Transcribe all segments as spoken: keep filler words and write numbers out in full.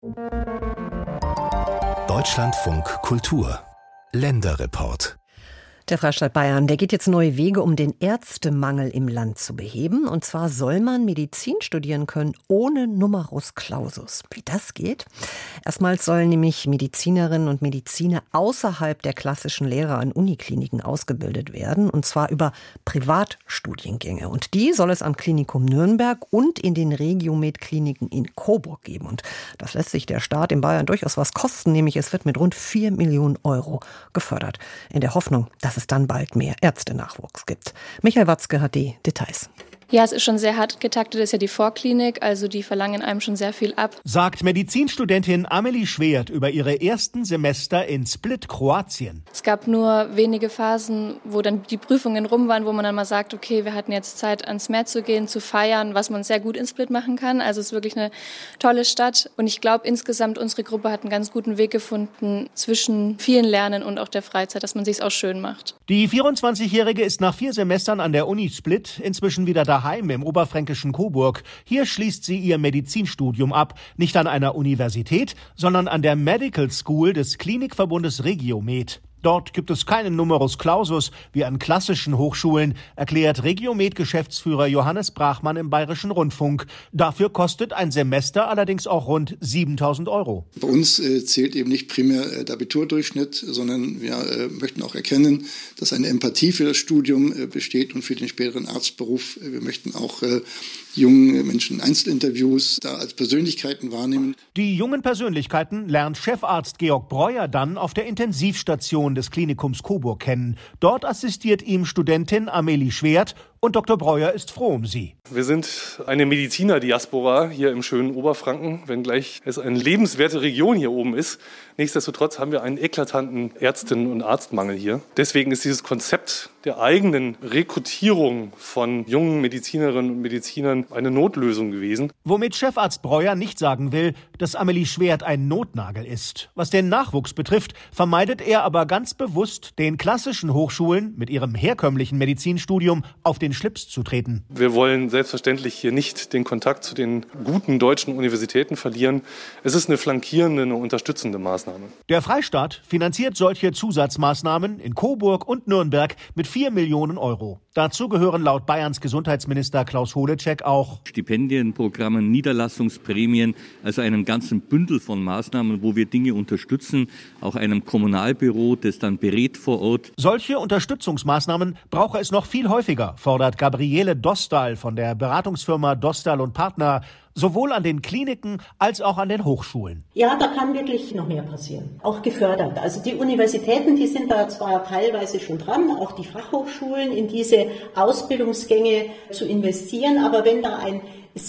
Deutschlandfunk Kultur Länderreport. Der Freistaat Bayern, der geht jetzt neue Wege, um den Ärztemangel im Land zu beheben. Und zwar soll man Medizin studieren können ohne Numerus Clausus. Wie das geht? Erstmals sollen nämlich Medizinerinnen und Mediziner außerhalb der klassischen Lehre an Unikliniken ausgebildet werden. Und zwar über Privatstudiengänge. Und die soll es am Klinikum Nürnberg und in den Regiomed-Kliniken in Coburg geben. Und das lässt sich der Staat in Bayern durchaus was kosten. Nämlich es wird mit rund vier Millionen Euro gefördert. In der Hoffnung, dass es dann bald mehr Ärztenachwuchs gibt. Michael Watzke hat die Details. Ja, es ist schon sehr hart getaktet, das ist ja die Vorklinik, also die verlangen einem schon sehr viel ab. Sagt Medizinstudentin Amelie Schwert über ihre ersten Semester in Split, Kroatien. Es gab nur wenige Phasen, wo dann die Prüfungen rum waren, wo man dann mal sagt, okay, wir hatten jetzt Zeit, ans Meer zu gehen, zu feiern, was man sehr gut in Split machen kann. Also es ist wirklich eine tolle Stadt und ich glaube insgesamt, unsere Gruppe hat einen ganz guten Weg gefunden zwischen vielen Lernen und auch der Freizeit, dass man sich's auch schön macht. Die vierundzwanzigjährige ist nach vier Semestern an der Uni Split inzwischen wieder da. Daheim im oberfränkischen Coburg. Hier schließt sie ihr Medizinstudium ab. Nicht an einer Universität, sondern an der Medical School des Klinikverbundes Regiomed. Dort gibt es keinen Numerus Clausus wie an klassischen Hochschulen, erklärt Regiomed-Geschäftsführer Johannes Brachmann im Bayerischen Rundfunk. Dafür kostet ein Semester allerdings auch rund siebentausend Euro. Bei uns äh, zählt eben nicht primär äh, der Abiturdurchschnitt, sondern wir äh, möchten auch erkennen, dass eine Empathie für das Studium äh, besteht und für den späteren Arztberuf. Wir möchten auch äh, jungen Menschen Einzelinterviews da als Persönlichkeiten wahrnehmen. Die jungen Persönlichkeiten lernt Chefarzt Georg Breuer dann auf der Intensivstation des Klinikums Coburg kennen. Dort assistiert ihm Studentin Amelie Schwert und Doktor Breuer ist froh um sie. Wir sind eine Mediziner-Diaspora hier im schönen Oberfranken, wenngleich es eine lebenswerte Region hier oben ist. Nichtsdestotrotz haben wir einen eklatanten Ärztinnen- und Arztmangel hier. Deswegen ist dieses Konzept der eigenen Rekrutierung von jungen Medizinerinnen und Medizinern eine Notlösung gewesen. Womit Chefarzt Breuer nicht sagen will, dass Amelie Schwert ein Notnagel ist. Was den Nachwuchs betrifft, vermeidet er aber ganz bewusst, den klassischen Hochschulen mit ihrem herkömmlichen Medizinstudium auf den Schlips zu treten. Wir wollen selbstverständlich hier nicht den Kontakt zu den guten deutschen Universitäten verlieren. Es ist eine flankierende, eine unterstützende Maßnahme. Der Freistaat finanziert solche Zusatzmaßnahmen in Coburg und Nürnberg mit vier Millionen Euro. Dazu gehören laut Bayerns Gesundheitsminister Klaus Holecek auch Stipendienprogramme, Niederlassungsprämien, also einem ganzen Bündel von Maßnahmen, wo wir Dinge unterstützen, auch einem Kommunalbüro, das dann berät vor Ort. Solche Unterstützungsmaßnahmen brauche es noch viel häufiger, fordert Gabriele Dostal von der Beratungsfirma Dostal und Partner, sowohl an den Kliniken als auch an den Hochschulen. Ja, da kann wirklich noch mehr passieren. Auch gefördert. Also die Universitäten, die sind da zwar teilweise schon dran, auch die Fachhochschulen in diese Ausbildungsgänge zu investieren, aber wenn da ein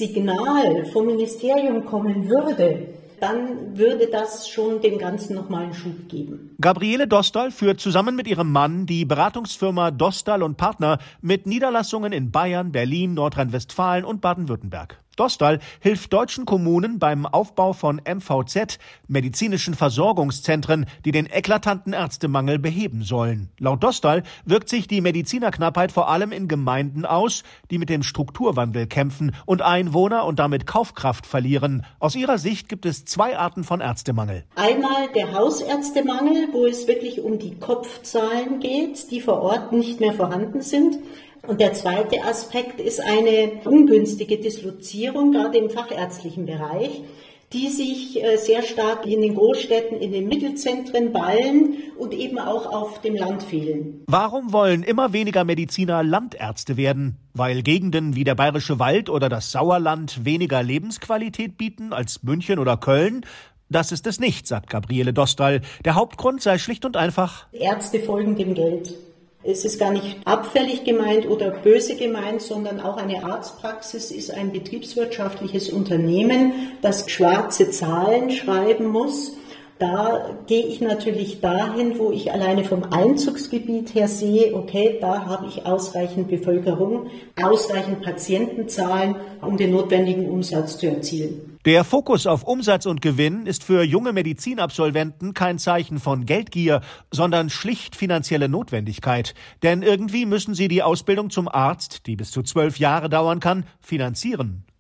Signal vom Ministerium kommen würde, dann würde das schon dem Ganzen nochmal einen Schub geben. Gabriele Dostal führt zusammen mit ihrem Mann die Beratungsfirma Dostal und Partner mit Niederlassungen in Bayern, Berlin, Nordrhein-Westfalen und Baden-Württemberg. Dostal hilft deutschen Kommunen beim Aufbau von M V Z, medizinischen Versorgungszentren, die den eklatanten Ärztemangel beheben sollen. Laut Dostal wirkt sich die Medizinerknappheit vor allem in Gemeinden aus, die mit dem Strukturwandel kämpfen und Einwohner und damit Kaufkraft verlieren. Aus ihrer Sicht gibt es zwei Arten von Ärztemangel. Einmal der Hausärztemangel, wo es wirklich um die Kopfzahlen geht, die vor Ort nicht mehr vorhanden sind. Und der zweite Aspekt ist eine ungünstige Dislozierung, gerade im fachärztlichen Bereich, die sich sehr stark in den Großstädten, in den Mittelzentren ballen und eben auch auf dem Land fehlen. Warum wollen immer weniger Mediziner Landärzte werden? Weil Gegenden wie der Bayerische Wald oder das Sauerland weniger Lebensqualität bieten als München oder Köln? Das ist es nicht, sagt Gabriele Dostal. Der Hauptgrund sei schlicht und einfach: Ärzte folgen dem Geld. Es ist gar nicht abfällig gemeint oder böse gemeint, sondern auch eine Arztpraxis ist ein betriebswirtschaftliches Unternehmen, das schwarze Zahlen schreiben muss. Da gehe ich natürlich dahin, wo ich alleine vom Einzugsgebiet her sehe, okay, da habe ich ausreichend Bevölkerung, ausreichend Patientenzahlen, um den notwendigen Umsatz zu erzielen. Der Fokus auf Umsatz und Gewinn ist für junge Medizinabsolventen kein Zeichen von Geldgier, sondern schlicht finanzielle Notwendigkeit. Denn irgendwie müssen sie die Ausbildung zum Arzt, die bis zu zwölf Jahre dauern kann, finanzieren.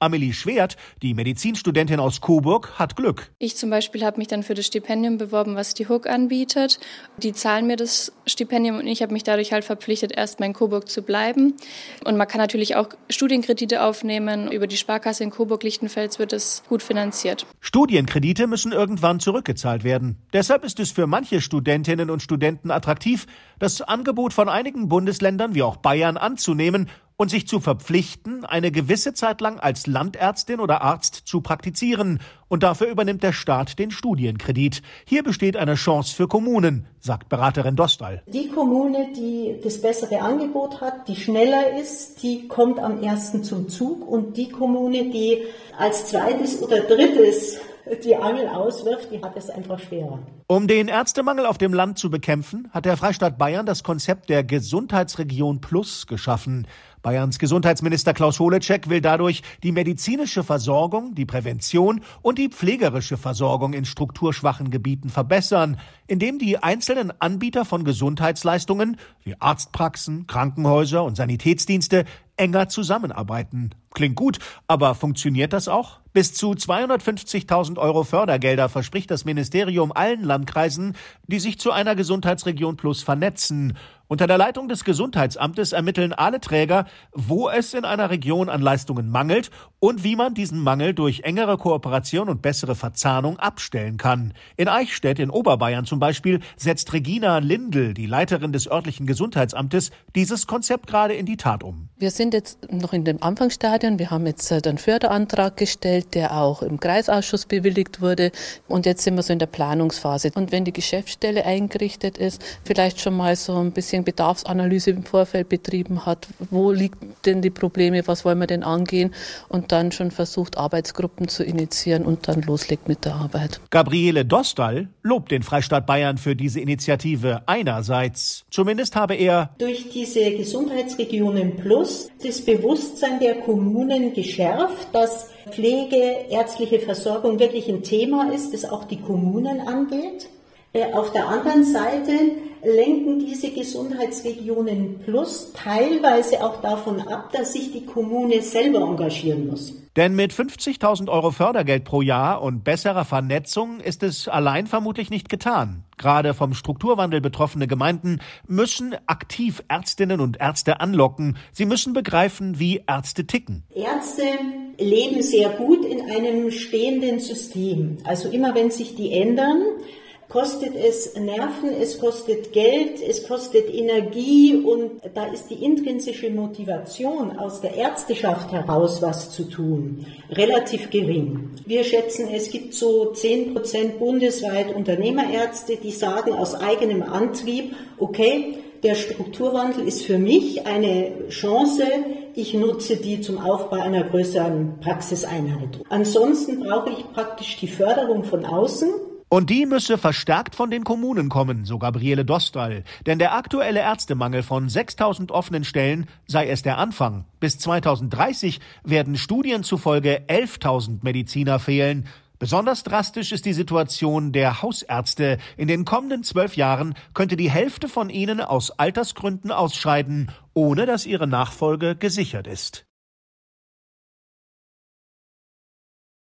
Amelie Schwert, die Medizinstudentin aus Coburg, hat Glück. Ich zum Beispiel habe mich dann für das Stipendium beworben, was die H U K anbietet. Die zahlen mir das Stipendium und ich habe mich dadurch halt verpflichtet, erstmal in Coburg zu bleiben. Und man kann natürlich auch Studienkredite aufnehmen. Über die Sparkasse in Coburg-Lichtenfels wird es gut finanziert. Studienkredite müssen irgendwann zurückgezahlt werden. Deshalb ist es für manche Studentinnen und Studenten attraktiv, das Angebot von einigen Bundesländern wie auch Bayern anzunehmen und sich zu verpflichten, eine gewisse Zeit lang als Landärztin oder Arzt zu praktizieren. Und dafür übernimmt der Staat den Studienkredit. Hier besteht eine Chance für Kommunen, sagt Beraterin Dostal. Die Kommune, die das bessere Angebot hat, die schneller ist, die kommt am ersten zum Zug. Und die Kommune, die als zweites oder drittes die Angel auswirft, die hat es einfach schwerer. Um den Ärztemangel auf dem Land zu bekämpfen, hat der Freistaat Bayern das Konzept der Gesundheitsregion Plus geschaffen. Bayerns Gesundheitsminister Klaus Holecek will dadurch die medizinische Versorgung, die Prävention und die pflegerische Versorgung in strukturschwachen Gebieten verbessern, indem die einzelnen Anbieter von Gesundheitsleistungen wie Arztpraxen, Krankenhäuser und Sanitätsdienste enger zusammenarbeiten. Klingt gut, aber funktioniert das auch? Bis zu zweihundertfünfzigtausend Euro Fördergelder verspricht das Ministerium allen Landkreisen, die sich zu einer Gesundheitsregion Plus vernetzen. Unter der Leitung des Gesundheitsamtes ermitteln alle Träger, wo es in einer Region an Leistungen mangelt und wie man diesen Mangel durch engere Kooperation und bessere Verzahnung abstellen kann. In Eichstätt in Oberbayern zum Beispiel setzt Regina Lindl, die Leiterin des örtlichen Gesundheitsamtes, dieses Konzept gerade in die Tat um. Wir sind jetzt noch in dem Anfangsstadium. Wir haben jetzt einen Förderantrag gestellt, der auch im Kreisausschuss bewilligt wurde. Und jetzt sind wir so in der Planungsphase. Und wenn die Geschäftsstelle eingerichtet ist, vielleicht schon mal so ein bisschen Bedarfsanalyse im Vorfeld betrieben hat, wo liegen denn die Probleme, was wollen wir denn angehen und dann schon versucht, Arbeitsgruppen zu initiieren und dann loslegt mit der Arbeit. Gabriele Dostal lobt den Freistaat Bayern für diese Initiative einerseits. Zumindest habe er durch diese Gesundheitsregionen Plus das Bewusstsein der Kommunen geschärft, dass Pflege, ärztliche Versorgung wirklich ein Thema ist, das auch die Kommunen angeht. Auf der anderen Seite lenken diese Gesundheitsregionen Plus teilweise auch davon ab, dass sich die Kommune selber engagieren muss. Denn mit fünfzigtausend Euro Fördergeld pro Jahr und besserer Vernetzung ist es allein vermutlich nicht getan. Gerade vom Strukturwandel betroffene Gemeinden müssen aktiv Ärztinnen und Ärzte anlocken. Sie müssen begreifen, wie Ärzte ticken. Ärzte leben sehr gut in einem stehenden System. Also immer wenn sich die ändern, kostet es Nerven, es kostet Geld, es kostet Energie und da ist die intrinsische Motivation aus der Ärzteschaft heraus was zu tun relativ gering. Wir schätzen, es gibt so zehn Prozent bundesweit Unternehmerärzte, die sagen aus eigenem Antrieb, okay, der Strukturwandel ist für mich eine Chance, ich nutze die zum Aufbau einer größeren Praxiseinheit. Ansonsten brauche ich praktisch die Förderung von außen. Und die müsse verstärkt von den Kommunen kommen, so Gabriele Dostal. Denn der aktuelle Ärztemangel von sechstausend offenen Stellen sei erst der Anfang. Bis zweitausenddreißig werden Studien zufolge elftausend Mediziner fehlen. Besonders drastisch ist die Situation der Hausärzte. In den kommenden zwölf Jahren könnte die Hälfte von ihnen aus Altersgründen ausscheiden, ohne dass ihre Nachfolge gesichert ist.